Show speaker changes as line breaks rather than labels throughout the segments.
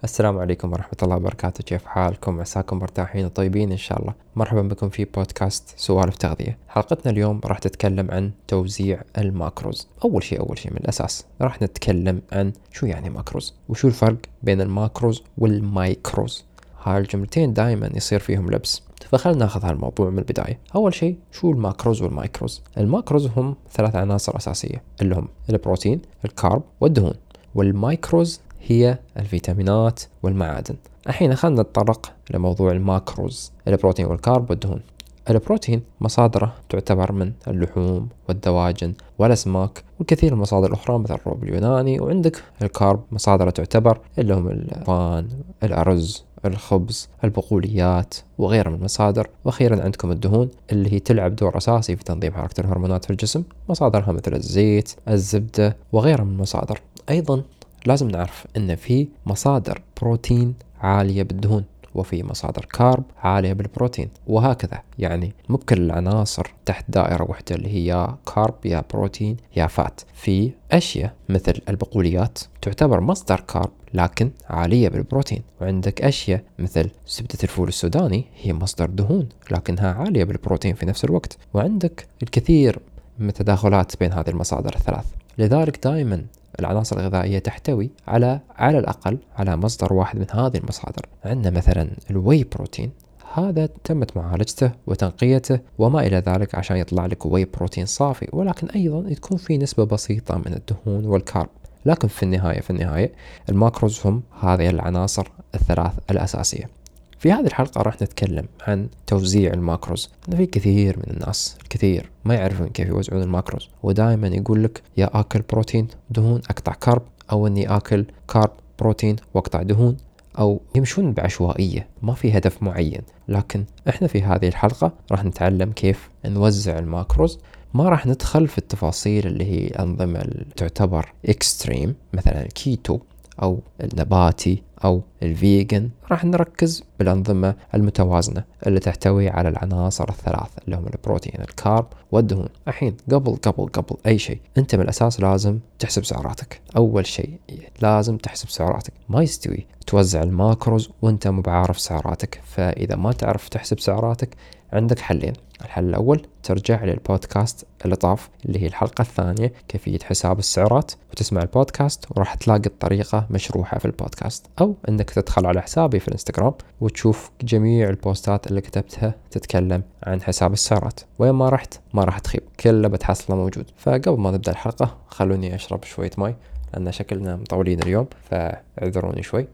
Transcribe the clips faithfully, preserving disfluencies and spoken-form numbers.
السلام عليكم ورحمة الله وبركاته. كيف حالكم؟ عساكم مرتاحين وطيبين إن شاء الله. مرحبا بكم في بودكاست سوالف تغذية. حلقتنا اليوم راح تتكلم عن توزيع الماكروز. أول شيء أول شيء من الأساس راح نتكلم عن شو يعني ماكروز وشو الفرق بين الماكروز والمايكروز. هاي الجملتين دائما يصير فيهم لبس، فخلنا ناخذ هالموضوع من البداية. أول شيء شو الماكروز والمايكروز؟ الماكروز هم ثلاث عناصر أساسية اللي هم البروتين، الكارب والدهون، والمايكروز هي الفيتامينات والمعادن. الحين خلنا نتطرق لموضوع الماكروز، البروتين والكارب والدهون. البروتين مصادره تعتبر من اللحوم والدواجن والأسماك والكثير من المصادر الأخرى مثل الروب اليوناني. وعندك الكارب مصادره تعتبر اللي هم الألبان، الأرز، الخبز، البقوليات وغيرها من المصادر. وأخيرا عندكم الدهون اللي هي تلعب دور أساسي في تنظيم حركة الهرمونات في الجسم، مصادرها مثل الزيت، الزبدة وغيرها من المصادر. أيضا لازم نعرف ان في مصادر بروتين عالية بالدهون وفي مصادر كارب عالية بالبروتين، وهكذا. يعني مو بكل العناصر تحت دائرة واحدة اللي هي يا كارب يا بروتين يا فات. في أشياء مثل البقوليات تعتبر مصدر كارب لكن عالية بالبروتين، وعندك أشياء مثل زبدة الفول السوداني هي مصدر دهون لكنها عالية بالبروتين في نفس الوقت. وعندك الكثير من التداخلات بين هذه المصادر الثلاث. لذلك دائما العناصر الغذائية تحتوي على على الأقل على مصدر واحد من هذه المصادر. عندنا مثلا الواي بروتين، هذا تمت معالجته وتنقيته وما إلى ذلك عشان يطلع لك واي بروتين صافي، ولكن أيضا تكون في نسبة بسيطة من الدهون والكارب. لكن في النهاية في النهاية الماكروز هم هذه العناصر الثلاث الأساسية. في هذه الحلقة راح نتكلم عن توزيع الماكروز. أنا في كثير من الناس الكثير ما يعرفون كيف يوزعون الماكروز، ودائما يقول لك يا آكل بروتين دهون أقطع كارب، أو أني آكل كارب بروتين وأقطع دهون، أو يمشون بعشوائية ما في هدف معين. لكن إحنا في هذه الحلقة راح نتعلم كيف نوزع الماكروز. ما راح ندخل في التفاصيل اللي هي الأنظمة اللي تعتبر إكستريم مثلا الكيتو أو النباتي أو الفيجن. راح نركز بالأنظمة المتوازنة اللي تحتوي على العناصر الثلاث اللي هم البروتين، الكارب والدهون. الحين قبل قبل قبل أي شيء أنت من الأساس لازم تحسب سعراتك. أول شيء لازم تحسب سعراتك. ما يستوي توزع الماكروز وأنت مو بعارف سعراتك. فإذا ما تعرف تحسب سعراتك عندك حلين. الحل الأول ترجع للبودكاست اللي طاف اللي هي الحلقة الثانية كيفية حساب السعرات، وتسمع البودكاست وراح تلاقي الطريقة مشروحة في البودكاست. أو أنك تدخل على حسابي في الانستغرام وتشوف جميع البوستات اللي كتبتها تتكلم عن حساب السعرات. وين ما رحت ما راح تخيب، كله بتحصله موجود. فقبل ما نبدأ الحلقة خلوني أشرب شوية ماي لأن شكلنا مطولين اليوم، فاعذروني شوي.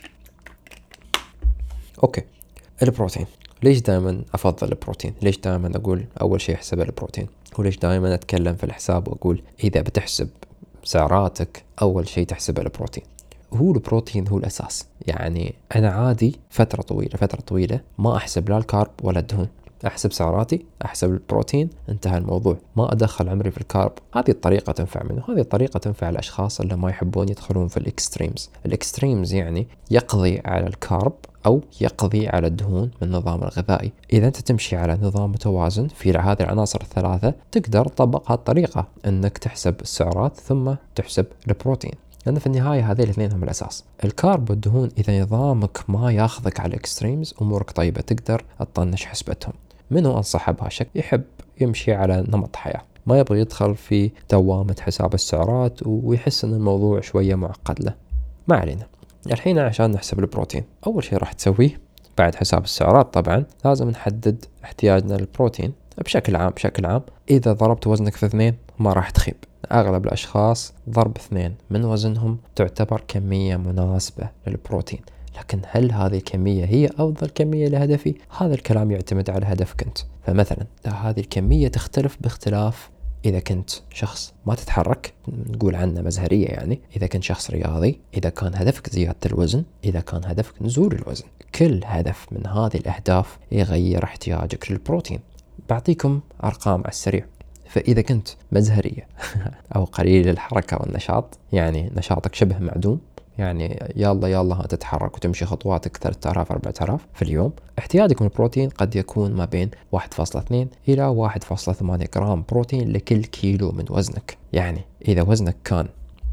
أوكي، البروتين. ليش دائما أفضل البروتين؟ ليش دائما أقول أول شيء احسب البروتين؟ وليش دائما أتكلم في الحساب وأقول إذا بتحسب سعراتك أول شيء تحسب البروتين؟ هو البروتين هو الأساس. يعني أنا عادي فترة طويلة فترة طويلة ما أحسب لا الكارب ولا الدهون، أحسب سعراتي، أحسب البروتين، انتهى الموضوع. ما أدخل عمري في الكارب. هذه الطريقة تنفع منه. هذه الطريقة تنفع الأشخاص اللي ما يحبون يدخلون في الإكستريمز. الإكستريمز يعني يقضي على الكارب أو يقضي على الدهون من النظام الغذائي. إذا أنت تمشي على نظام متوازن في هذه العناصر الثلاثة تقدر تطبق هالطريقة أنك تحسب السعرات ثم تحسب البروتين، لأن في النهاية هذه الاثنين هم الأساس. الكارب والدهون إذا نظامك ما ياخذك على الإكستريمز أمورك طيبة، تقدر تطنش حسبتهم. منو أنصحه بهالشكل؟ يحب يمشي على نمط حياة، ما يبغى يدخل في دوامة حساب السعرات ويحس أن الموضوع شوية معقد له. ما علينا. الحين عشان نحسب البروتين أول شيء راح تسويه بعد حساب السعرات طبعا لازم نحدد احتياجنا للبروتين بشكل عام. بشكل عام إذا ضربت وزنك في اثنين ما راح تخيب. أغلب الأشخاص ضرب اثنين من وزنهم تعتبر كمية مناسبة للبروتين. لكن هل هذه الكمية هي أفضل كمية لهدفي؟ هذا الكلام يعتمد على هدفك أنت. فمثلا هذه الكمية تختلف باختلاف إذا كنت شخص ما تتحرك نقول عنه مزهرية، يعني إذا كنت شخص رياضي، إذا كان هدفك زيادة الوزن، إذا كان هدفك نزول الوزن. كل هدف من هذه الأهداف يغير احتياجك للبروتين. بعطيكم أرقام على السريع. فإذا كنت مزهرية أو قليل الحركة والنشاط، يعني نشاطك شبه معدوم، يعني يلا يلا تتحرك وتمشي خطواتك ثلاثة آلاف أربعة آلاف في اليوم، احتياجك من البروتين قد يكون ما بين واحد فاصلة اثنين إلى واحد فاصلة ثمانية جرام بروتين لكل كيلو من وزنك. يعني إذا وزنك كان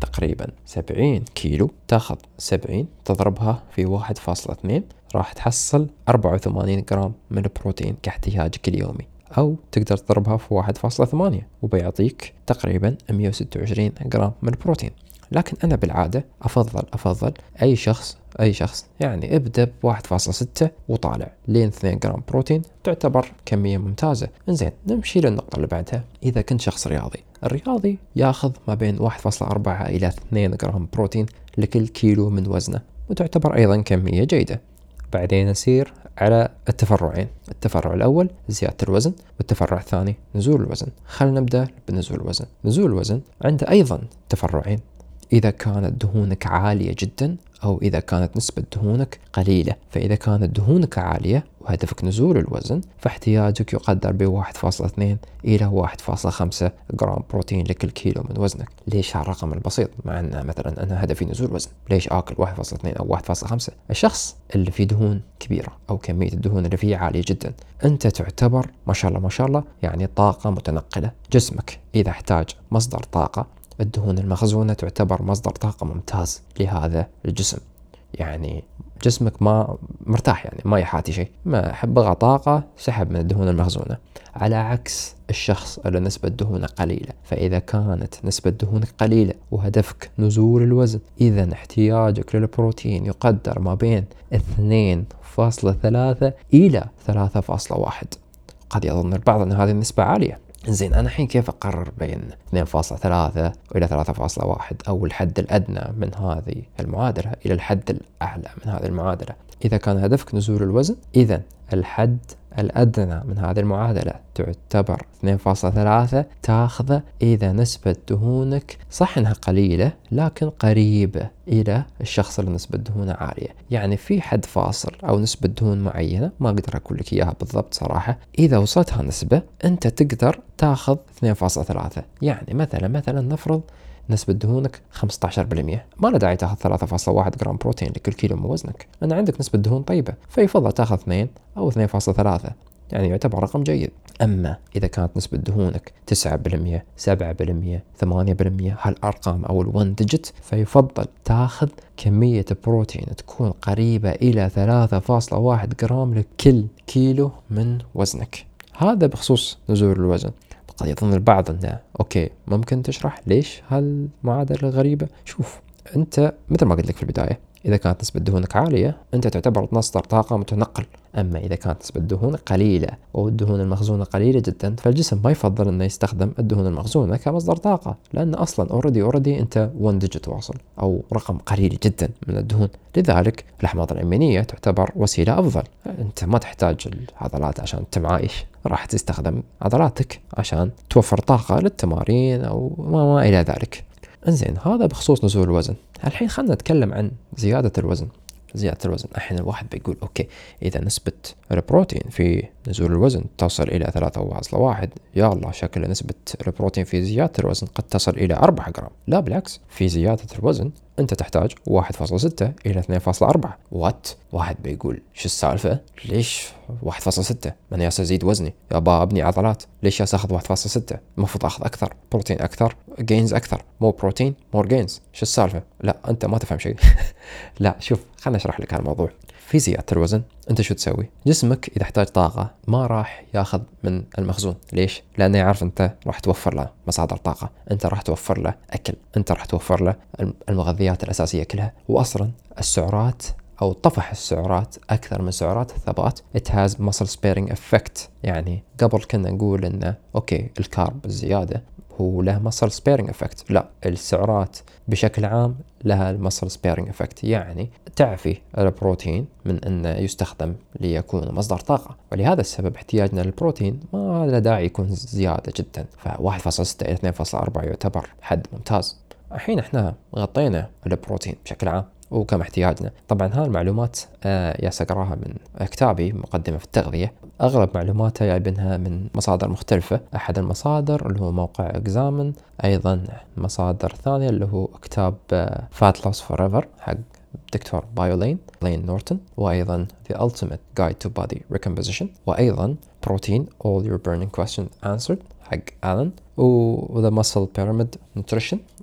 تقريبا سبعين كيلو، تاخذ سبعين تضربها في واحد فاصلة اثنين راح تحصل أربعة وثمانين جرام من البروتين كاحتياجك اليومي، أو تقدر تضربها في واحد فاصلة ثمانية وبيعطيك تقريبا مئة وستة وعشرين جرام من البروتين. لكن أنا بالعادة أفضل أفضل أي شخص أي شخص يعني ابدأ بواحد فاصلة ستة وطالع لين اثنين جرام بروتين، تعتبر كمية ممتازة. انزين نمشي للنقطة اللي بعدها. إذا كنت شخص رياضي، الرياضي ياخذ ما بين واحد فاصلة أربعة إلى اثنين جرام بروتين لكل كيلو من وزنه، وتعتبر أيضا كمية جيدة. بعدين نسير على التفرعين. التفرع الأول زيادة الوزن، والتفرع الثاني نزول الوزن. خلينا نبدأ بنزول الوزن. نزول الوزن عنده أيضا تفرعين: إذا كانت دهونك عالية جدا، أو إذا كانت نسبة دهونك قليلة. فإذا كانت دهونك عالية وهدفك نزول الوزن، فاحتياجك يقدر ب واحد فاصلة اثنين إلى واحد فاصلة خمسة جرام بروتين لكل كيلو من وزنك. ليش هالرقم البسيط مع أن مثلا أنا هدفي نزول وزن؟ ليش آكل واحد فاصلة اثنين أو واحد فاصلة خمسة؟ الشخص اللي فيه دهون كبيرة أو كمية الدهون اللي فيه عالية جدا، أنت تعتبر ما شاء الله ما شاء الله يعني طاقة متنقلة. جسمك إذا احتاج مصدر طاقة، الدهون المخزونة تعتبر مصدر طاقة ممتاز لهذا الجسم. يعني جسمك ما مرتاح، يعني ما يحاتي شيء، ما بغى طاقة سحب من الدهون المخزونة، على عكس الشخص اللي نسبة دهونه قليلة. فإذا كانت نسبة دهونك قليلة وهدفك نزول الوزن، إذا احتياجك للبروتين يقدر ما بين اثنين فاصلة ثلاثة إلى ثلاثة فاصلة واحد. قد يظن البعض أن هذه النسبة عالية. زين أنا الحين كيف أقرر بين اثنين فاصلة ثلاثة إلى ثلاثة فاصلة واحد، أو الحد الأدنى من هذه المعادلة إلى الحد الأعلى من هذه المعادلة؟ إذا كان هدفك نزول الوزن، إذا الحد الأدنى من هذه المعادلة تعتبر اثنين فاصلة ثلاثة، تاخذه إذا نسبة دهونك صح إنها قليلة لكن قريبة إلى الشخص اللي نسبة دهونه عالية. يعني في حد فاصل أو نسبة دهون معينة، ما أقدر أقول لك إياها بالضبط صراحة، إذا وصلت هالنسبة أنت تقدر تاخذ اثنين فاصلة ثلاثة. يعني مثلا مثلا نفرض نسبة دهونك خمسة عشر بالمئة، ما له داعي تاخذ ثلاثة فاصلة واحد جرام بروتين لكل كيلو من وزنك، لأن عندك نسبة دهون طيبة، فيفضل تاخذ اثنين أو اثنين فاصلة ثلاثة، يعني يعتبر رقم جيد. أما إذا كانت نسبة دهونك تسعة بالمئة، سبعة بالمئة، ثمانية بالمئة، هالأرقام أو الون ديجيت، فيفضل تاخذ كمية بروتين تكون قريبة إلى ثلاثة فاصلة واحد جرام لكل كيلو من وزنك. هذا بخصوص نزول الوزن. قد يظن البعض أنه أوكي، ممكن تشرح ليش هالمعادلة الغريبة؟ شوف، أنت مثل ما قلت لك في البداية، إذا كانت نسبة دهونك عالية أنت تعتبر مصدر طاقة متنقل. أما إذا كانت نسبة دهونك قليلة والدهون المخزونة قليلة جدا، فالجسم ما يفضل أنه يستخدم الدهون المخزونة كمصدر طاقة، لأن أصلا أوريدي أوريدي أنت ون ديجيت واصل أو رقم قليل جدا من الدهون. لذلك الأحماض الأمينية تعتبر وسيلة أفضل. أنت ما تحتاج العضلات عشان تمعايش، راح تستخدم عضلاتك عشان توفر طاقة للتمارين أو ما, ما إلى ذلك. انزين هذا بخصوص نزول الوزن. الحين خلنا نتكلم عن زيادة الوزن. زيادة الوزن الحين الواحد بيقول أوكي، إذا نسبة البروتين في نزول الوزن تصل إلى ثلاثة فاصلة واحد، يا الله شكل نسبة البروتين في زيادة الوزن قد تصل إلى أربعة جرام. لا بالعكس، في زيادة الوزن أنت تحتاج واحد فاصلة ستة إلى اثنين فاصلة أربعة. وات واحد بيقول شو السالفة؟ ليش واحد فاصلة ستة؟ من ياس أزيد وزني، يابا أبني عضلات، ليش ياس أخذ واحد فاصلة ستة؟ المفروض أخذ أكثر بروتين، أكثر جينز، أكثر مو بروتين مور جينز. شو السالفة؟ لا أنت ما تفهم شيء. لا شوف، خلنا أشرح لك هالموضوع. في زيادة الوزن أنت شو تسوي؟ جسمك إذا احتاج طاقة ما راح ياخذ من المخزون. ليش؟ لأنه يعرف أنت راح توفر له مصادر طاقة، أنت راح توفر له أكل، أنت راح توفر له المغذيات الأساسية كلها. وأصلا السعرات أو طفح السعرات أكثر من سعرات الثبات it has muscle sparing effect. يعني قبل كنا نقول إنه أوكي الكارب الزيادة هو له muscle sparing effect، لا، السعرات بشكل عام لها muscle sparing effect، يعني تعفي البروتين من أنه يستخدم ليكون مصدر طاقة. ولهذا السبب احتياجنا للبروتين ما له داعي يكون زيادة جدا، فواحد فاصلة ستة إلى اثنين فاصلة أربعة يعتبر حد ممتاز. الحين احنا غطينا البروتين بشكل عام وكم احتياجنا. طبعا هاي المعلومات آه يا سقراها من كتابي مقدمة في التغذية، أغلب معلوماتها جايبينها من مصادر مختلفة. أحد المصادر اللي هو موقع إكزامن، أيضا مصادر ثانية اللي هو كتاب آه Fat Loss Forever حق دكتور بايولين لين نورتون، وأيضا The Ultimate Guide to Body Recomposition، وأيضا Protein All Your Burning Questions Answered حق آلن، و The Muscle Pyramid Nutrition.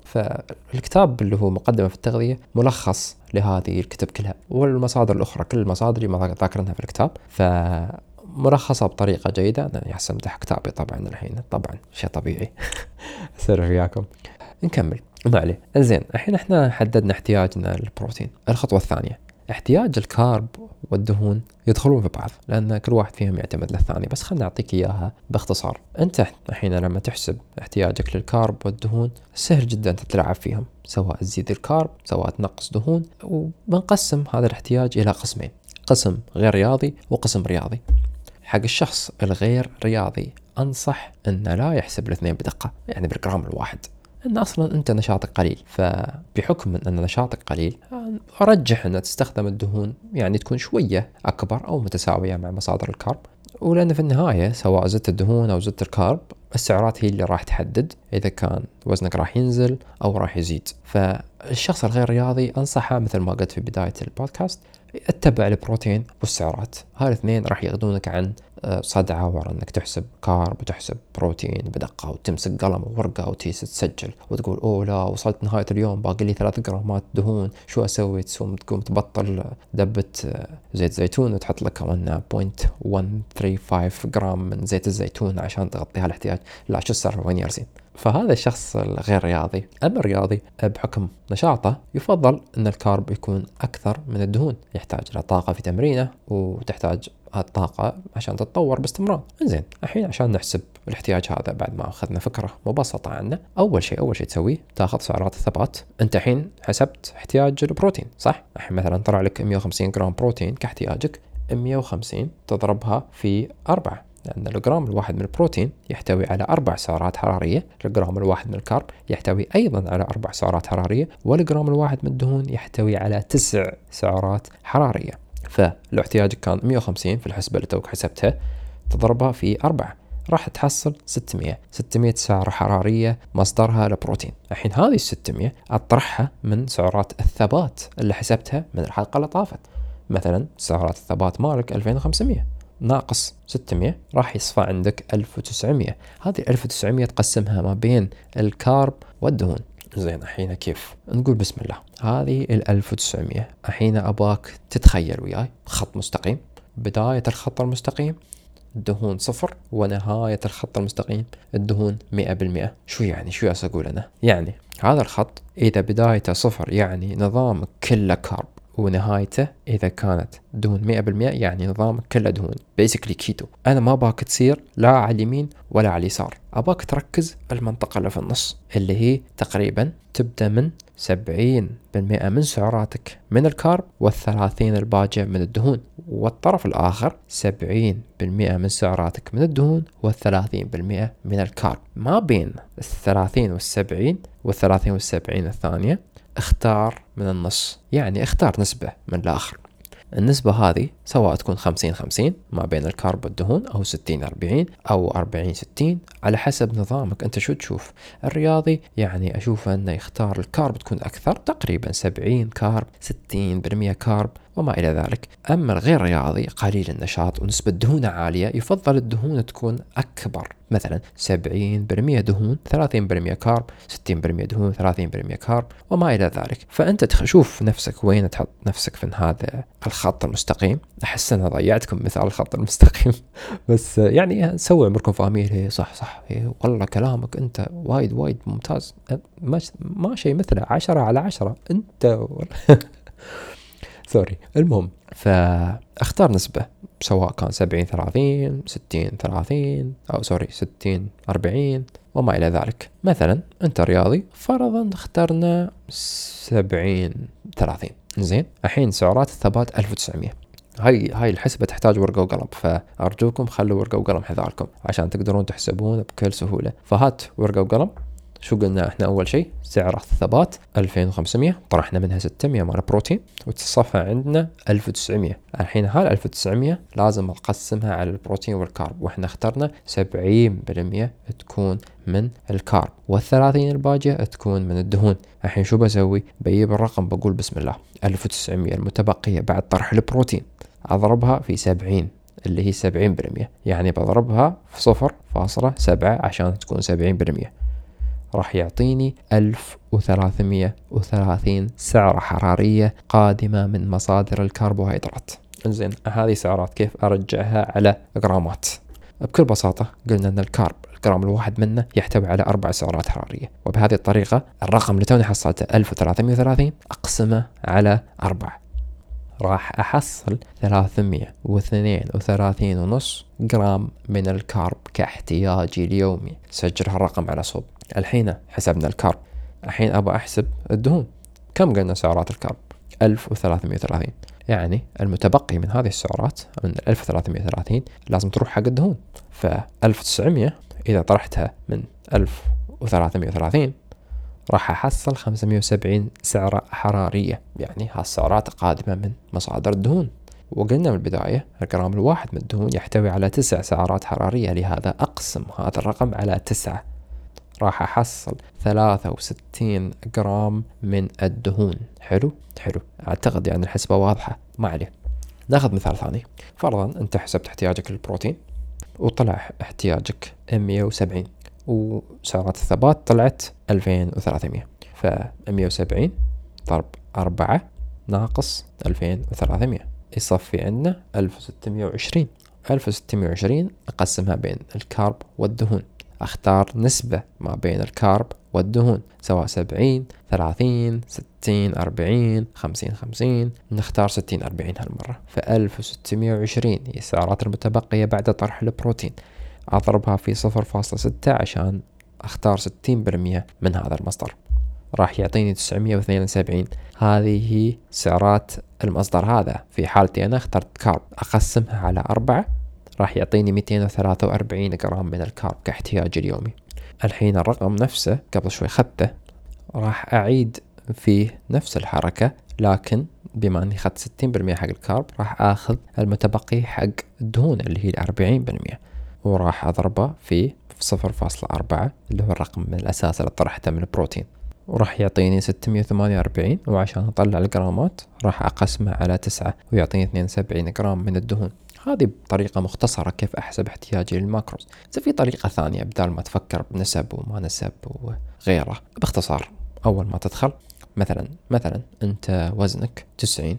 فالكتاب اللي هو مقدمة في التغذية ملخص لهذه الكتب كلها، والمصادر الأخرى كل المصادر ما ذاكرنها في الكتاب، فملخصة بطريقة جيدة. أنا يحسن امدح كتابي طبعا الحين، طبعا شيء طبيعي. أسرح وياكم. نكمل ما عليه. إنزين الحين احنا حددنا احتياجنا للبروتين. الخطوة الثانية احتياج الكارب والدهون يدخلون في بعض، لأن كل واحد فيهم يعتمد للثاني، بس خلنا نعطيك إياها باختصار. أنت الحين لما تحسب احتياجك للكارب والدهون سهل جدا تتلاعب فيهم، سواء تزيد الكارب سواء تنقص دهون، وبنقسم هذا الاحتياج إلى قسمين، قسم غير رياضي وقسم رياضي. حق الشخص الغير رياضي أنصح أنه لا يحسب الاثنين بدقة، يعني بالجرام الواحد، أن أصلا أنت نشاطك قليل، فبحكم أن نشاطك قليل أرجح أن تستخدم الدهون يعني تكون شوية أكبر أو متساوية مع مصادر الكارب، ولأن في النهاية سواء زدت الدهون أو زدت الكارب السعرات هي اللي راح تحدد إذا كان وزنك راح ينزل أو راح يزيد. فالشخص الغير رياضي أنصحه مثل ما قلت في بداية البودكاست اتبع البروتين والسعرات، هالاثنين راح يغضونك عن صدعة ورا انك تحسب كارب وتحسب بروتين بدقة وتمسك قلم وورقة وتيس تسجل وتقول اوه لا وصلت نهاية اليوم باقي لي ثلاث جرامات دهون شو اسوي، تسوم تقوم تبطل دبة زيت زيتون وتحط لك كمان بوينت واحد ثلاثة خمسة جرام من زيت الزيتون عشان تغطي هالاحتياج. لا شو السالفة وين يرسين؟ فهذا الشخص الغير رياضي. أما الرياضي بحكم نشاطه يفضل أن الكارب يكون أكثر من الدهون، يحتاج إلى طاقة في تمرينه وتحتاج الطاقة عشان تتطور باستمرار. إنزين الحين عشان نحسب الاحتياج هذا بعد ما أخذنا فكرة مبسطة عنه، أول شيء أول شيء تسويه تأخذ سعرات الثبات. أنت الحين حسبت احتياج البروتين صح؟ الحين مثلا طلع لك مئة وخمسين جرام بروتين كاحتياجك، مئة وخمسين تضربها في أربعة، لأن الجرام الواحد من البروتين يحتوي على أربع سعرات حرارية، الجرام الواحد من الكارب يحتوي أيضا على أربع سعرات حرارية، والجرام الواحد من الدهون يحتوي على تسع سعرات حرارية. فلو احتياجك كان مئة وخمسين في الحسبة اللي توك حسبتها تضربها في أربعة راح تحصل ستمئة ستمئة سعرة حرارية مصدرها البروتين. الحين هذه الستمئة أطرحها من سعرات الثبات اللي حسبتها من الحلقة اللي طافت، مثلا سعرات الثبات مالك ألفين وخمسمئة ناقص ستمئة راح يصفى عندك ألف وتسعمئة. هذه ألف وتسعمئة تقسمها ما بين الكارب والدهون. زين الحين كيف؟ نقول بسم الله. هذه الألف وتسعمئة الحين أباك تتخيل وياي خط مستقيم، بداية الخط المستقيم الدهون صفر ونهاية الخط المستقيم الدهون مئة بالمئة. شو يعني؟ شو أقول أنا؟ يعني هذا الخط إذا بدايته صفر يعني نظامك كله كارب، ونهايته إذا كانت دهون مئة بالمئة يعني نظام كله دهون، basically كيتو. أنا ما باك تصير لا على اليمين ولا على اليسار، أباك تركز المنطقة اللي في النص اللي هي تقريبا تبدأ من سبعين بالمئة من سعراتك من الكارب والثلاثين الباقية من الدهون، والطرف الآخر سبعين بالمئة من سعراتك من الدهون والثلاثين بالمئة من الكارب. ما بين الثلاثين والسبعين والثلاثين والسبعين الثانية اختار من النص، يعني اختار نسبة من الآخر. النسبة هذه سواء تكون خمسين خمسين ما بين الكارب والدهون أو ستين أربعين أو أربعين ستين على حسب نظامك أنت شو تشوف. الرياضي يعني أشوف أنه يختار الكارب تكون أكثر، تقريبا سبعين كارب ستين بالمئة كارب وما إلى ذلك. أما الغير رياضي قليل النشاط ونسبة دهونه عالية يفضل الدهون تكون أكبر، مثلا سبعين بالمئة دهون ثلاثين بالمئة كارب، ستين بالمئة دهون ثلاثين بالمئة كارب وما إلى ذلك. فأنت تشوف نفسك وين تحط نفسك في هذا الخط المستقيم. أحس أنا ضيعتكم مثال الخط المستقيم بس يعني سوي عمركم فاهمين. هي صح صح هي والله كلامك أنت وايد وايد ممتاز، ما ما شيء مثله عشرة على عشرة أنت سوري. المهم فاختار نسبة سواء كان سبعين ثلاثين ستين ثلاثين أو سوري ستين أربعين وما إلى ذلك. مثلا أنت رياضي فرضا اخترنا سبعين ثلاثين. زين الحين سعرات الثبات ألف وتسعمئة. هاي هاي الحسبة تحتاج ورقة وقلم، فأرجوكم خلوا ورقة وقلم حذاركم عشان تقدرون تحسبون بكل سهولة. فهات ورقة وقلم. شو قلنا احنا اول شيء؟ سعرات الثبات ألفين وخمسمئة طرحنا منها ستمئة مال بروتين وتصفى عندنا ألف وتسعمئة. الحين هال ألف وتسعمئة لازم نقسمها على البروتين والكارب، واحنا اخترنا سبعين بالمئة تكون من الكارب والثلاثين الباقية تكون من الدهون. الحين شو بسوي؟ بجيب الرقم بقول بسم الله ألف وتسعمئة المتبقية بعد طرح البروتين اضربها في سبعين اللي هي سبعين بالمئة، يعني بضربها في صفر فاصلة سبعة عشان تكون سبعين بالمئة. راح يعطيني ألف وثلاثمية وثلاثين سعرة حرارية قادمة من مصادر الكربوهيدرات. إنزين، هذه سعرات كيف أرجعها على جرامات؟ بكل بساطة قلنا أن الكارب الجرام الواحد منه يحتوي على أربع سعرات حرارية، وبهذه الطريقة الرقم اللي توني حصلته ألف وثلاثمية وثلاثين أقسمه على أربعة، راح أحصل ثلاثمية واثنين وثلاثين ونص جرام من الكارب كاحتياجي اليومي. سجل هالرقم على صوب. الحين حسبنا الكارب، الحين أبغى أحسب الدهون. كم قلنا سعرات الكارب؟ ألف وثلاثمية وثلاثين، يعني المتبقي من هذه السعرات من ألف وثلاثمية وثلاثين لازم تروح حق الدهون. فألف وتسعمية إذا طرحتها من ألف وثلاثمية وثلاثين راح أحصل خمسمية وسبعين سعرة حرارية، يعني هالسعرات قادمة من مصادر الدهون. وقلنا من البداية الجرام الواحد من الدهون يحتوي على تسع سعرات حرارية، لهذا أقسم هذا الرقم على تسعة، راح أحصل ثلاثة وستين جرام من الدهون. حلو حلو، أعتقد يعني الحسبة واضحة، ما عليه. ناخذ مثال ثاني. فرضا أنت حسبت احتياجك للبروتين وطلع احتياجك مية وسبعين، وسعرات الثبات طلعت ألفين وثلاثمية، ف مية وسبعين ضرب أربعة ناقص ألفين وثلاثمية يصفي عندنا ألف وستمية وعشرين. ألف وستمية وعشرين أقسمها بين الكارب والدهون، أختار نسبة ما بين الكارب والدهون، سواء سبعين ثلاثين ستين أربعين خمسين خمسين، نختار ستين أربعين هالمرة. فألف وستمية وعشرين هي السعرات المتبقية بعد طرح البروتين، أضربها في صفر فاصلة ستة عشان أختار ستين بالمية من هذا المصدر، راح يعطيني تسعمية واثنين وسبعين. هذه هي سعرات المصدر هذا. في حالتي أنا اخترت كارب، أقسمها على أربعة راح يعطيني مئتين وثلاثة وأربعين جرام من الكارب كاحتياجي اليومي. الحين الرقم نفسه قبل شوي خدته، راح أعيد فيه نفس الحركة، لكن بما أني خدت ستين بالمية حق الكارب راح أخذ المتبقي حق الدهون اللي هي الأربعين بالمية، وراح أضربه في صفر فاصلة أربعة اللي هو الرقم من الأساس اللي طرحته من البروتين، وراح يعطيني ستمية وثمانية وأربعين. وعشان أطلع الجرامات راح أقسمه على تسعة ويعطيني اثنين وسبعين جرام من الدهون. هذه بطريقة مختصرة كيف أحسب احتياجي للماكروز. إذا في طريقة ثانية بدال ما تفكر بنسب وما نسب وغيره، باختصار أول ما تدخل مثلا مثلا أنت وزنك تسعين،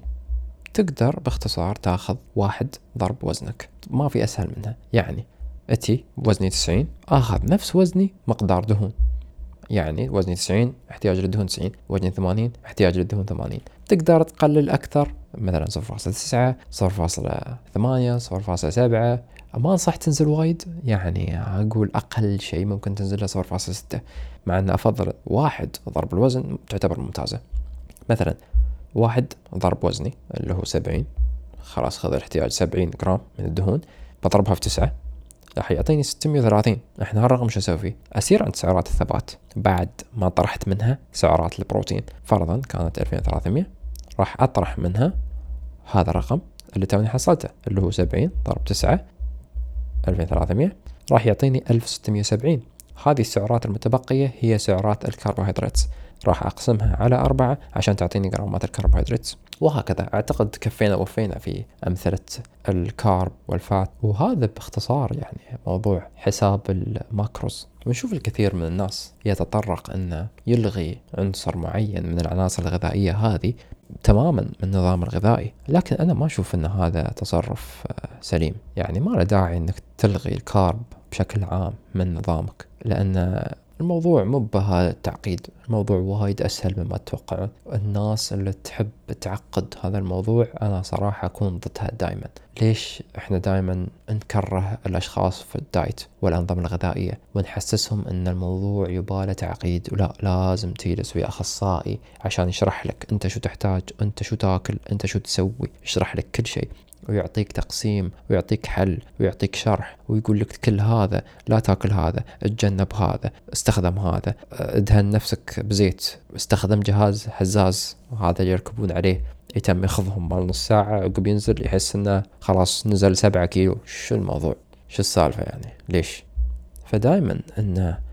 تقدر باختصار تاخذ واحد ضرب وزنك، ما في أسهل منها. يعني أتي وزني تسعين، أخذ نفس وزني مقدار دهون، يعني وزني تسعين احتياج للدهون تسعين، وزني ثمانين احتياج للدهون ثمانين. تقدر تقلل أكثر، مثلا صفر فاصلة تسعة صفر فاصلة ثمانية صفر فاصلة سبعة. ما أنصح تنزل وايد، يعني أقول أقل شيء ممكن تنزلها صفر فاصلة ستة، مع أن أفضل واحد ضرب الوزن تعتبر ممتازة. مثلا واحد ضرب وزني اللي هو سبعين، خلاص خذ الاحتياج سبعين جرام من الدهون، بضربها في تسعة راح يعطيني ستمية وثلاثين. احنا هالرقم شو اسوي فيه؟ اسير عند سعرات الثبات بعد ما طرحت منها سعرات البروتين. فرضا كانت ألفين وثلاثمية، راح اطرح منها هذا الرقم اللي توني حصلته اللي هو سبعين ضرب تسعة ألفين وثلاثمية، راح يعطيني ألف وستمية وسبعين. هذه السعرات المتبقية هي سعرات الكربوهيدرات، راح أقسمها على أربعة عشان تعطيني جرامات الكربوهيدرات. وهكذا أعتقد كفينا وفينا في أمثلة الكارب والفات. وهذا باختصار يعني موضوع حساب الماكروز. ونشوف الكثير من الناس يتطرق أنه يلغي عنصر معين من العناصر الغذائية هذه تماما من النظام الغذائي، لكن أنا ما أشوف أن هذا تصرف سليم. يعني ما له داعي أنك تلغي الكارب بشكل عام من نظامك، لأن الموضوع مو بهذا التعقيد، الموضوع وايد أسهل مما تتوقعون. الناس اللي تحب تعقد هذا الموضوع أنا صراحة أكون ضدها دائما. ليش إحنا دائما نكره الأشخاص في الدايت والأنظمة الغذائية ونحسسهم أن الموضوع يباله تعقيد؟ ولا لازم تجلس ويا أخصائي عشان يشرح لك أنت شو تحتاج، أنت شو تاكل، أنت شو تسوي، يشرح لك كل شيء ويعطيك تقسيم ويعطيك حل ويعطيك شرح ويقول لك كل هذا، لا تاكل هذا، اتجنب هذا، استخدم هذا، ادهن نفسك بزيت، استخدم جهاز هزاز وهذا يركبون عليه يتم ياخذهم مال نص ساعة عقب ينزل يحس انه خلاص نزل سبعة كيلو. شو الموضوع؟ شو السالفة يعني؟ ليش؟ فدائما ان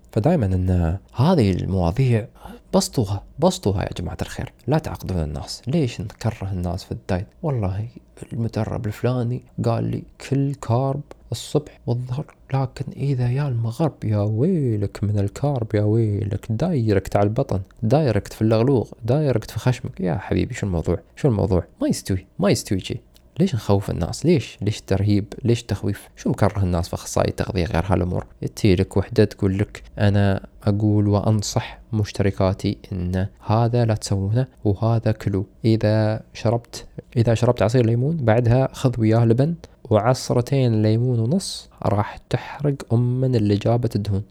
فدائما ان هذه المواضيع بسطوها بسطوها يا جماعة الخير، لا تعقدون الناس. ليش نكره الناس في الدايت؟ والله المدرب الفلاني قال لي كل كارب الصبح والظهر، لكن إذا يا المغرب يا ويلك من الكارب، يا ويلك دايركت على البطن، دايركت في اللغلوغ، دايركت في خشمك. يا حبيبي شو الموضوع؟ شو الموضوع؟ ما يستوي ما يستوي شيء. ليش نخوف الناس؟ ليش ليش ترهيب؟ ليش تخويف؟ شو مكره الناس في اخصائي تغذية غير هالامور؟ يتي لك وحده تقول لك انا اقول وانصح مشتركاتي ان هذا لا تسوونه وهذا كلو، اذا شربت اذا شربت عصير ليمون بعدها خذ وياه لبن وعصرتين ليمون ونص راح تحرق ام من اللي جابت الدهون.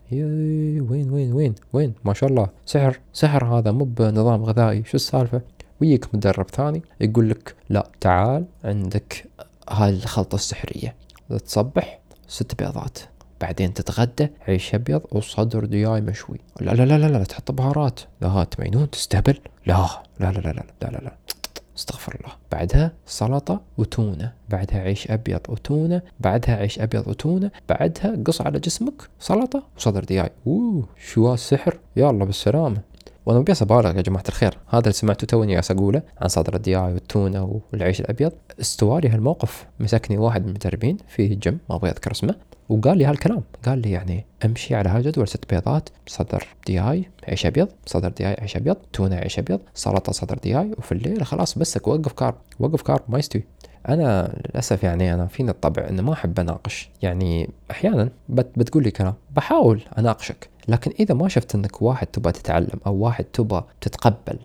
وين وين وين وين ما شاء الله، سحر سحر هذا، مو بنظام غذائي. شو السالفة؟ ويجيك مدرب ثاني يقول لك لا تعال عندك هاي الخلطة السحرية، تصبح ست بيضات بعدين تتغدى عيش ابيض وصدر دياي مشوي. لا لا لا لا, لا تحط بهارات، لا هات مينون تستهبل، لا لا لا لا لا لا, لا, لا. استغفر الله. بعدها سلطة وتونة، بعدها عيش أبيض وتونة، بعدها عيش أبيض وتونة، بعدها قص على جسمك سلطة وصدر دياي. اوه شو السحر، يلا بالسلامة. وانا بيس ابالغ يا جماعة الخير، هذا اللي سمعته توني ياس اقوله عن صدر الدياي والتونة والعيش الابيض. استوالي هالموقف، مسكني واحد من المدربين في جيم ما ابغى اذكر اسمه وقال لي هالكلام، قال لي يعني امشي على هالجدول، ست بيضات صدر دياي عيش ابيض، صدر دياي عيش ابيض، تونة عيش ابيض، سلطة صدر دياي، وفي الليل خلاص بسك وقف كارب وقف كارب ما يستوي. انا للاسف يعني انا فيني الطبع انه ما احب اناقش، يعني احيانا بت بتقول لي كلام بحاول اناقشك، لكن اذا ما شفت انك واحد تبى تتعلم او واحد تبى تتقبل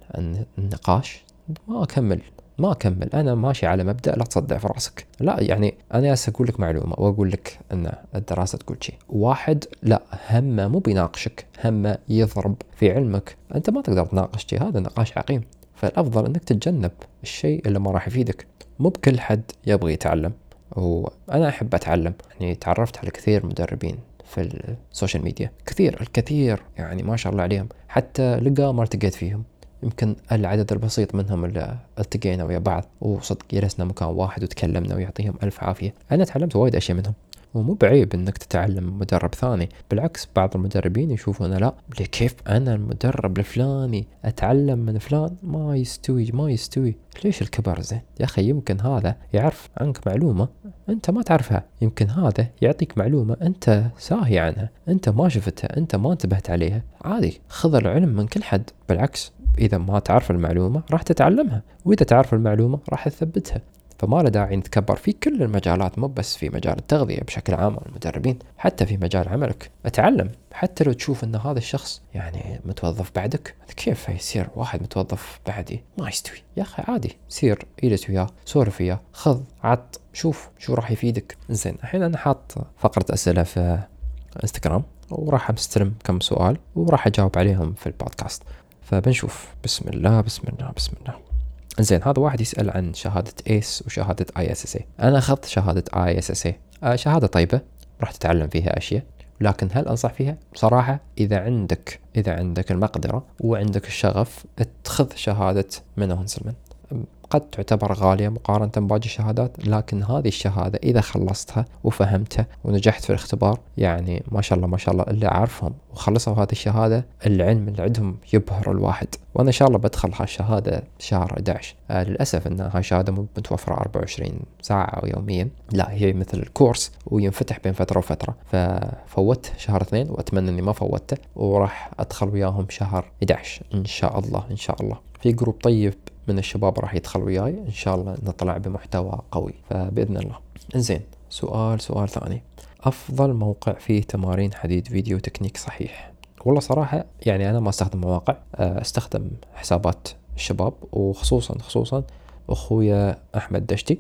النقاش ما اكمل ما اكمل. انا ماشي على مبدأ لا تصدع في راسك. لا يعني انا هسه اقول لك معلومه واقول لك ان الدراسه تقول شيء، واحد لا همه مو بيناقشك، همه يضرب في علمك، انت ما تقدر تناقش شيء، هذا نقاش عقيم. فالافضل انك تتجنب الشيء اللي ما راح يفيدك. مو بكل حد يبغى يتعلم، وانا احب اتعلم. يعني تعرفت على كثير مدربين في السوشيال ميديا، كثير الكثير يعني ما شاء الله عليهم، حتى لقى ما التقيت فيهم، يمكن العدد البسيط منهم اللي التقينا ويا بعض وصدق جلسنا مكان واحد وتكلمنا ويعطيهم ألف عافية. أنا تعلمت وايد أشياء منهم، ومو بعيب انك تتعلم مدرب ثاني، بالعكس بعض المدربين يشوفون لا كيف انا المدرب الفلاني اتعلم من فلان، ما يستوي ما يستوي. ليش الكبر زين يا اخي؟ يمكن هذا يعرف عنك معلومة انت ما تعرفها، يمكن هذا يعطيك معلومة انت ساهي عنها، انت ما شفتها، انت ما انتبهت عليها. عادي خذ العلم من كل حد، بالعكس اذا ما تعرف المعلومة راح تتعلمها، واذا تعرف المعلومة راح تثبتها. فما له داعي نتكبر في كل المجالات، مو بس في مجال التغذية بشكل عام والمدربين، حتى في مجال عملك اتعلم. حتى لو تشوف ان هذا الشخص يعني متوظف بعدك، كيف يصير واحد متوظف بعدي؟ ما يستوي يا اخي، عادي سير اجلس وياه سولف وياه خذ عط شوف شو راح يفيدك. زين الحين انا حاط فقرة اسئلة في انستغرام وراح استلم كم سؤال وراح اجاوب عليهم في البودكاست، فبنشوف. بسم الله بسم الله بسم الله. زين هذا واحد يسأل عن شهادة ايس وشهادة اي اس اس اي. انا اخذت شهادة اي اس اس اي، شهادة طيبة راح تتعلم فيها اشياء، لكن هل انصح فيها؟ بصراحة اذا عندك اذا عندك المقدرة وعندك الشغف اتخذ شهادة منو هانسلمان. قد تعتبر غالية مقارنة بباقي الشهادات، لكن هذه الشهادة إذا خلصتها وفهمتها ونجحت في الاختبار، يعني ما شاء الله ما شاء الله اللي أعرفهم وخلصوا هذه الشهادة العلم اللي عندهم يبهر الواحد. وأنا إن شاء الله بدخل هالشهادة شهر أحد عشر. آه للأسف أن هاي شهادة مو متوفرة أربعة وعشرين ساعة أو يوميا، لا هي مثل الكورس وينفتح بين فترة وفترة، ففوت شهر اثنين وأتمنى أني ما فوتته، وراح أدخل وياهم شهر أحد عشر إن شاء الله. إن شاء الله في جروب طيب من الشباب راح يدخل وياي إن شاء الله نطلع بمحتوى قوي فبإذن الله. إنزين سؤال سؤال ثاني، أفضل موقع فيه تمارين حديد فيديو تكنيك صحيح؟ والله صراحة يعني أنا ما استخدم مواقع، استخدم حسابات الشباب، وخصوصا خصوصا أخويا أحمد دشتي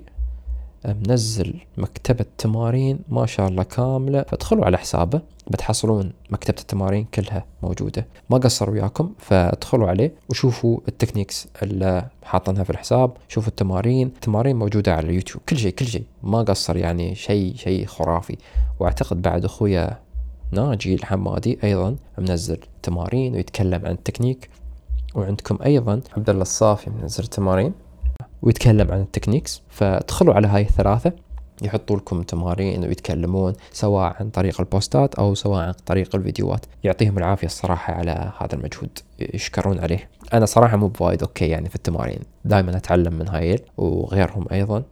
منزل مكتبة تمارين ما شاء الله كاملة، فادخلوا على حسابه بتحصلون مكتبة التمارين كلها موجودة، ما قصر وياكم، فادخلوا عليه وشوفوا التكنيكس اللي حاطنها في الحساب، شوفوا التمارين التمارين موجودة على اليوتيوب، كل شيء كل شيء ما قصر، يعني شيء شيء خرافي. واعتقد بعد أخويا ناجي الحمادي أيضا منزل تمارين ويتكلم عن التكنيك، وعندكم أيضا عبد الله الصافي منزل تمارين ويتكلم عن التكنيكس، فادخلوا على هاي الثلاثة يحطوا لكم تمارين ويتكلمون سواء عن طريق البوستات أو سواء عن طريق الفيديوهات. يعطيهم العافية الصراحة على هذا المجهود، يشكرون عليه. أنا صراحة مو بوايد أوكي يعني في التمارين، دائما أتعلم من هايل وغيرهم أيضا،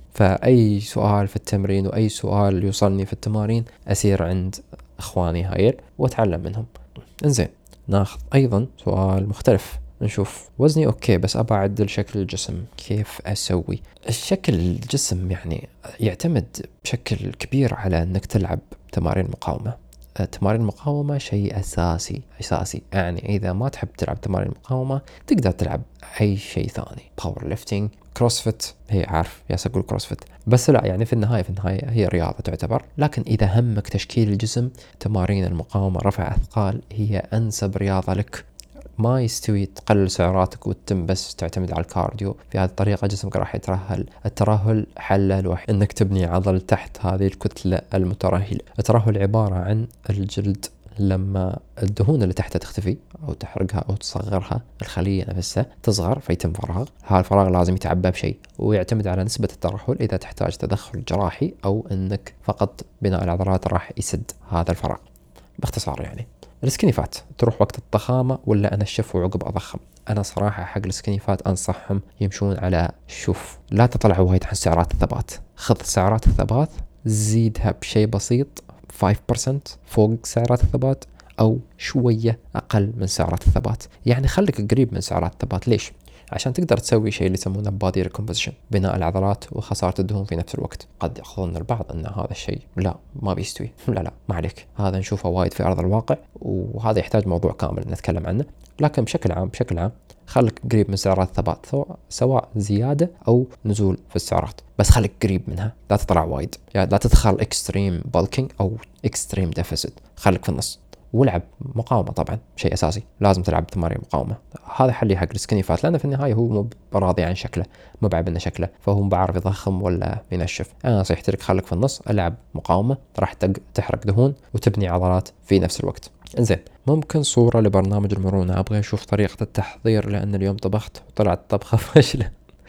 فأي سؤال في التمرين وأي سؤال يوصلني في التمارين أسير عند إخواني هايل وأتعلم منهم. إنزين، ناخذ أيضا سؤال مختلف. نشوف وزني أوكي بس أبى أعدل شكل الجسم، كيف أسوي؟ الشكل الجسم يعني يعتمد بشكل كبير على أنك تلعب تمارين مقاومة. تمارين المقاومة شيء أساسي أساسي يعني إذا ما تحب تلعب تمارين المقاومة تقدر تلعب أي شيء ثاني، باور ليفتينج، كروسفيت. هي عارف يا أقول كروسفيت بس لا، يعني في النهاية في النهاية هي رياضة تعتبر، لكن إذا همك تشكيل الجسم تمارين المقاومة رفع أثقال هي أنسب رياضة لك. ما يستوي تقلل سعراتك وتتم بس تعتمد على الكارديو، في هذه الطريقة جسمك راح يترهل. الترهل حله الوحيد انك تبني عضل تحت هذه الكتلة المترهلة. الترهل عبارة عن الجلد لما الدهون اللي تحتها تختفي او تحرقها او تصغرها، الخلية نفسها تصغر فيتم فراغ. هذا الفراغ لازم يتعبى بشيء، ويعتمد على نسبة الترهل اذا تحتاج تدخل جراحي او انك فقط بناء العضلات راح يسد هذا الفراغ. باختصار يعني السكيني فات تروح وقت الضخامة ولا أنشف وعقب أضخم؟ أنا صراحة حق السكيني فات أنصحهم يمشون على شوف، لا تطلع وايد عن سعرات الثبات. خذ سعرات الثبات زيدها بشيء بسيط خمسة بالمئة فوق سعرات الثبات أو شوية أقل من سعرات الثبات، يعني خليك قريب من سعرات الثبات. ليش؟ عشان تقدر تسوي شيء اللي يسمونه بادي ريكومبوزيشن، بناء العضلات وخسارة الدهون في نفس الوقت. قد يأخذون البعض أن هذا الشيء لا ما بيستوي، لا لا ما عليك، هذا نشوفه وايد في أرض الواقع وهذا يحتاج موضوع كامل نتكلم عنه، لكن بشكل عام بشكل عام خليك قريب من سعرات الثبات سواء زيادة أو نزول في السعرات، بس خليك قريب منها، لا تطلع وايد، يعني لا تدخل اكستريم بالكينج أو اكستريم ديفيسيت، خليك في النص. والعب مقاومة طبعا شيء أساسي، لازم تلعب تمارين مقاومة. هذا حلي حق السكيني فات، لأنه في النهاية هو مو براضي عن شكله، مو بعرف إنه شكله، فهو بعرف يضخم ولا ينشف. أنا نصيحتي لك خليك في النص، ألعب مقاومة راح تحرق دهون وتبني عضلات في نفس الوقت. إنزين، ممكن صورة لبرنامج المرونة؟ أبغى أشوف طريقة التحضير لأن اليوم طبخت وطلعت طبخة فاشلة.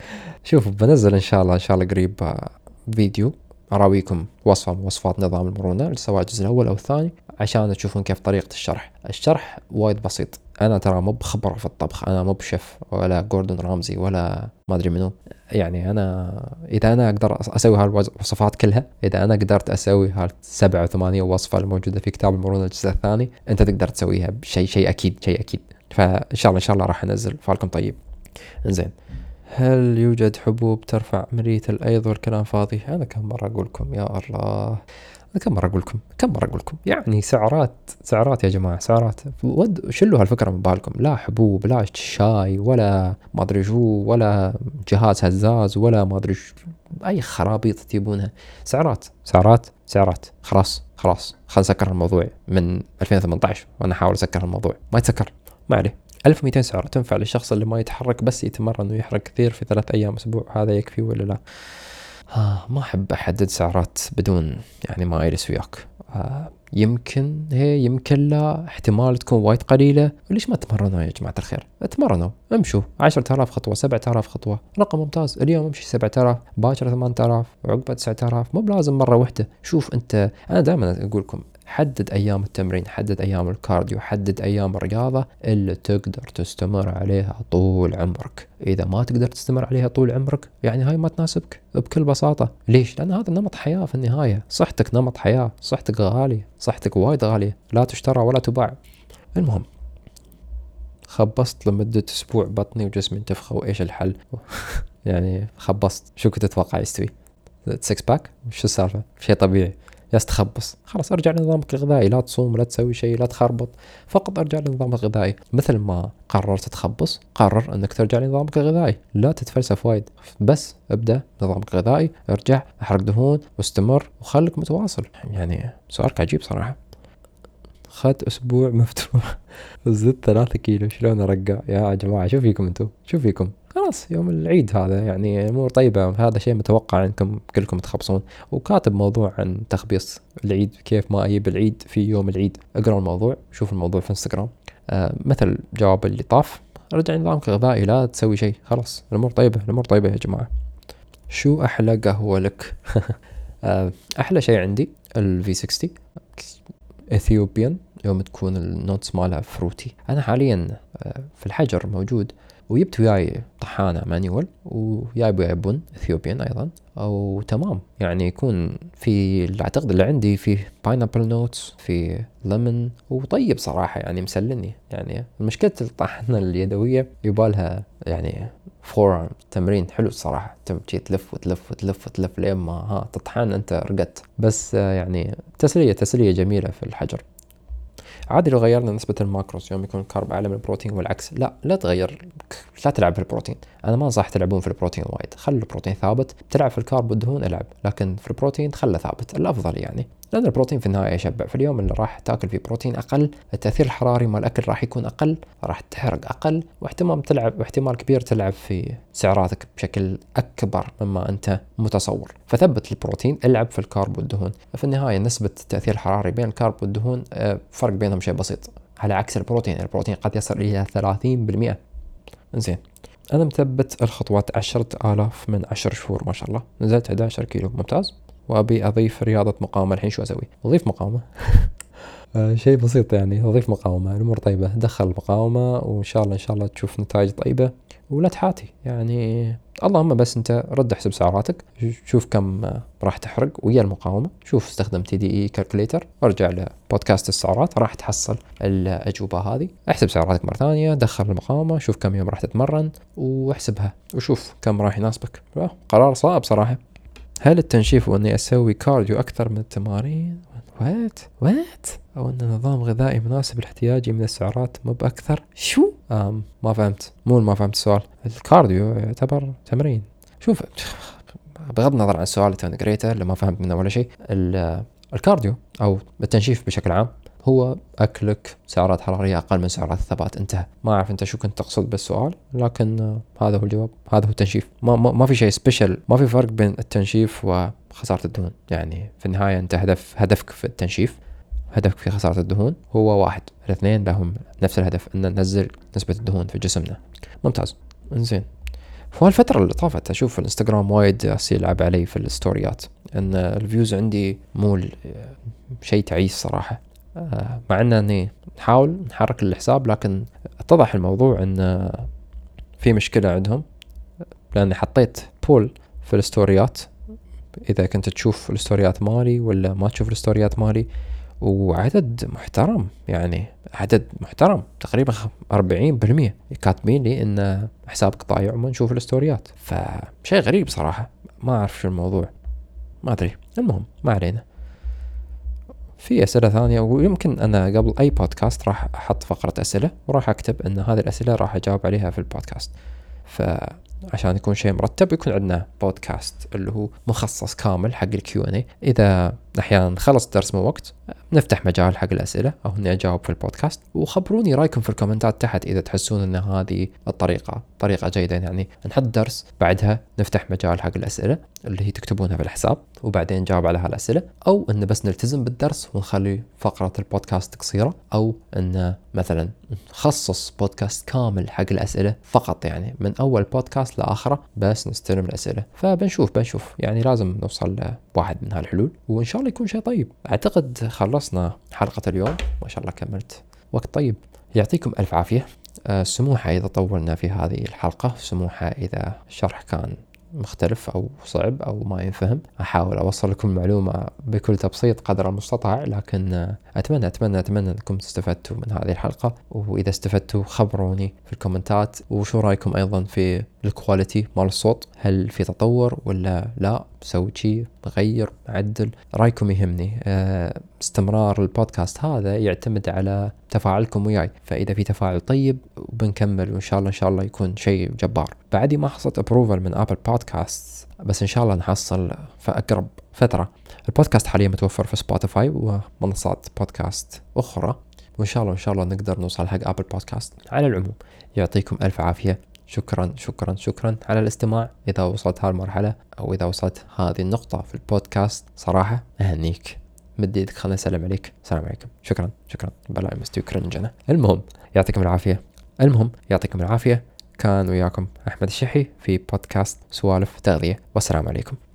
شوف بنزل إن شاء الله إن شاء الله قريب فيديو أراويكم وصفة من وصفات نظام المرونة سواء الجزء الأول أو الثاني عشان تشوفون كيف طريقة الشرح. الشرح وايد بسيط، أنا ترى مو بخبرة في الطبخ، أنا مو بشيف ولا جوردن رامزي ولا ما أدري منو، يعني أنا إذا أنا أقدر أسوي هالوصفات كلها، إذا أنا قدرت أسوي هالسبعة وثمانية وصفة الموجودة في كتاب المرونة الجزء الثاني أنت تقدر تسويها بشيء شيء أكيد شيء أكيد. فإن شاء الله إن شاء الله راح أنزل. فالكم طيب. إنزين، هل يوجد حبوب ترفع عملية الأيض والكلام فاضي؟ أنا كم مرة أقول لكم يا الله، أنا كم مرة أقول لكم كم مرة أقول لكم يعني سعرات سعرات يا جماعة، سعرات ود شلوا هالفكرة من بالكم. لا حبوب، لا شاي، ولا ما أدري شو، ولا جهاز هزاز، ولا ما أدري شو، أي خرابيط تجيبونها. سعرات سعرات سعرات. خلاص خلاص خلنا نسكر الموضوع. من ألفين وثمانية عشر وأنا أحاول أسكر الموضوع، ما يتسكر، ما عليه. ألف ومئتين سعر تنفع للشخص اللي ما يتحرك بس يتمرن ويحرق كثير في ثلاث أيام أسبوع، هذا يكفي ولا لا؟ آه ما أحب أحدد سعرات بدون يعني ما أجلس وياك. آه يمكن هي يمكن لا، احتمال تكون وايد قليلة. وليش ما تمرنوا يا جماعة الخير؟ اتمرنوا، امشوا عشرة آلاف خطوة، سبعة آلاف خطوة، رقم ممتاز. اليوم امشي سبعة آلاف، باكر ثمانية آلاف، وعقبة تسعة آلاف، مو بلازم مرة واحدة. شوف أنت، أنا دائما أقول لكم حدد أيام التمرين، حدد أيام الكارديو، حدد أيام الرياضة اللي تقدر تستمر عليها طول عمرك. إذا ما تقدر تستمر عليها طول عمرك يعني هاي ما تناسبك بكل بساطة. ليش؟ لأن هذا نمط حياة في النهاية، صحتك نمط حياة، صحتك غالية، صحتك وايد غالية، لا تشترى ولا تباع. المهم، خبصت لمدة أسبوع بطني وجسمي انتفخوا، وإيش الحل؟ يعني خبصت، شو كنت تتوقع يستوي؟ سكس باك؟ شو السالفة؟ شيء طبيعي يستخبص. خلاص ارجع لنظامك الغذائي، لا تصوم، لا تسوي شيء، لا تخربط، فقط ارجع لنظامك الغذائي. مثل ما قررت تخبص قرر انك ترجع لنظامك الغذائي، لا تتفلسف وايد، بس ابدا نظامك الغذائي، ارجع احرق دهون واستمر وخليك متواصل. يعني سؤالك عجيب صراحة. خد اسبوع مفتوح وزدت ثلاثة كيلو، شلون ارجع يا جماعة؟ شو فيكم انتم؟ شو فيكم؟ خلاص يوم العيد هذا يعني امور طيبة، هذا شيء متوقع انكم كلكم تخبصون. وكاتب موضوع عن تخبيص العيد، كيف ما اجيب العيد في يوم العيد. اقرأ الموضوع، شوف الموضوع في انستغرام. آه مثل جواب اللي طاف، رجع نظامك الغذائي، لا تسوي شيء، خلاص الامور طيبة، الامور طيبة يا جماعة. شو احلى قهوة لك؟ أحلى شيء عندي ال في ستين إثيوبيان يوم تكون النوتس مالها فروتي. أنا حاليا في الحجر موجود وجبت وياي طحانة مانيوال وجايب وياي بن إثيوبيان أيضا، أو تمام يعني يكون في اللي أعتقد اللي عندي فيه باينابل نوتس، في ليمون، وطيب صراحة يعني مسلني. يعني مشكلة الطحنة اليدوية يبالها يعني فور تمرين حلو الصراحة، تمشي تلف وتلف وتلف وتلف لين ما ها تطحن أنت رقدت. بس يعني تسلية تسلية جميلة في الحجر. عادي لو غيرنا نسبة الماكروس يوم يكون الكارب أعلى من البروتين والعكس، لا لا تغير، لا تلعب في البروتين. أنا ما أنصح تلعبون في البروتين وايد، خلوا البروتين ثابت. تلعب في الكارب والدهون العب، لكن في البروتين تخلى ثابت الأفضل يعني، لأن البروتين في النهاية يشبع. في اليوم اللي راح تاكل فيه بروتين أقل، التأثير الحراري مال الأكل راح يكون أقل، راح تحرق أقل، واحتمال تلعب واحتمال كبير تلعب في سعراتك بشكل أكبر مما أنت متصور. فثبت البروتين، العب في الكارب والدهون. في النهاية نسبة التأثير الحراري بين الكارب والدهون فرق بينهم شيء بسيط، على عكس البروتين. البروتين قد يصل إلى ثلاثين بالمئة. إنزين، أنا مثبت الخطوات عشرة آلاف من عشر شهور ما شاء الله، نزلت إحدى عشر كيلو، ممتاز. وأبي أضيف رياضة مقاومة. الحين شو أسوي؟ أضيف مقاومة. آه شيء بسيط يعني، أضيف مقاومة، الأمور طيبة. دخل مقاومة وإن شاء الله إن شاء الله تشوف نتائج طيبة ولا تحاتي يعني. اللهم بس أنت رد احسب سعراتك، شوف كم راح تحرق ويا المقاومة. شوف استخدم تي دي اي كالكوليتر، ارجع لبودكاست السعرات راح تحصل الأجوبة هذه. احسب سعراتك مرة ثانية، دخل المقاومة، شوف كم يوم راح تتمرن واحسبها وشوف كم راح يناسبك. قرار صعب صراحة. هل التنشيف واني اسوي كارديو اكثر من التمارين وات وات او ان نظام غذائي مناسب لاحتياجي من السعرات مو باكثر؟ شو أم ما فهمت، مو ما فهمت السؤال. الكارديو يعتبر تمرين. شوف بغض النظر عن السؤال اللي انا قريته اللي ما فهمت منه ولا شيء، الكارديو او التنشيف بشكل عام هو أكلك سعرات حرارية أقل من سعرات الثبات. انتهى. ما أعرف أنت شو كنت تقصد بالسؤال، لكن آه هذا هو الجواب، هذا هو التنشيف. ما, ما, ما في شيء سبيشل، ما في فرق بين التنشيف وخسارة الدهون. يعني في النهاية أنت هدف هدفك في التنشيف، هدفك في خسارة الدهون هو واحد. الاثنين لهم نفس الهدف، أن ننزل نسبة الدهون في جسمنا. ممتاز. إنزين، في الفترة اللي طافت أشوف الانستغرام وايد أصير يلعب علي في الستوريات، أن الفيوز عندي مو شيء تعيس صراحة. مع أن أني نحاول نحرك الحساب، لكن اتضح الموضوع أن في مشكلة عندهم، لأني حطيت بول في الستوريات، إذا كنت تشوف الستوريات مالي ولا ما تشوف الستوريات مالي، وعدد محترم يعني، عدد محترم تقريبا أربعين بالمئة كاتبين لي إن حسابك ضايع وما نشوف الستوريات. فشيء غريب صراحة، ما أعرف شو الموضوع، ما أدري. المهم ما علينا. في أسئلة ثانية، ويمكن أنا قبل أي بودكاست راح أحط فقرة أسئلة وراح أكتب أن هذه الأسئلة راح أجاوب عليها في البودكاست. فعشان يكون شيء مرتب يكون عندنا بودكاست اللي هو مخصص كامل حق الكيو ان اي. إذا أحيانا خلص الدرس من وقت نفتح مجال حق الأسئلة أو إني أجاوب في البودكاست. وخبروني رأيكم في الكومنتات تحت إذا تحسون أن هذه الطريقة طريقة جيدة، يعني نحط درس بعدها نفتح مجال حق الأسئلة اللي هي تكتبونها في الحساب وبعدين نجاوب على هالأسئلة، أو إن بس نلتزم بالدرس ونخلي فقرة البودكاست قصيرة، أو إن مثلا نخصص بودكاست كامل حق الأسئلة فقط، يعني من أول بودكاست لآخره بس نستلم الأسئلة. فبنشوف بنشوف يعني لازم نوصل لواحد من هالحلول وإن شاء الله يكون شيء طيب. أعتقد خلصنا حلقة اليوم، ما شاء الله كملت وقت طيب. يعطيكم ألف عافية. أه سموحة إذا طولنا في هذه الحلقة، سموحة إذا الشرح كان مختلف أو صعب أو ما ينفهم. أحاول أوصل لكم المعلومة بكل تبسيط قدر المستطاع، لكن أتمنى أتمنى أتمنى أنكم استفدتوا من هذه الحلقة. وإذا استفدتوا خبروني في الكومنتات، وشو رأيكم أيضا في الكواليتي مال الصوت، هل في تطور ولا لا؟ سوي شيء، غير، عدل، رأيكم يهمني. استمرار البودكاست هذا يعتمد على تفاعلكم وياي، فإذا في تفاعل طيب بنكمل، وإن شاء الله إن شاء الله يكون شيء جبار. بعدي ما حصلت أبروفل من أبل بودكاست، بس إن شاء الله نحصل في أقرب فترة. البودكاست حاليا متوفر في سبوتيفاي ومنصات بودكاست أخرى، وإن شاء الله إن شاء الله نقدر نوصل حق أبل بودكاست. على العموم يعطيكم ألف عافية. شكرا شكرا شكرا على الاستماع. إذا وصلت هالمرحلة أو إذا وصلت هذه النقطة في البودكاست صراحة أهنيك، مد يدك خليني أسلم عليك. السلام عليكم. شكرا شكرا بلا مستوي كرنجنا. المهم يعطيكم العافية. المهم يعطيكم العافية. كان وياكم أحمد الشحي في بودكاست سوالف تغذية، والسلام عليكم.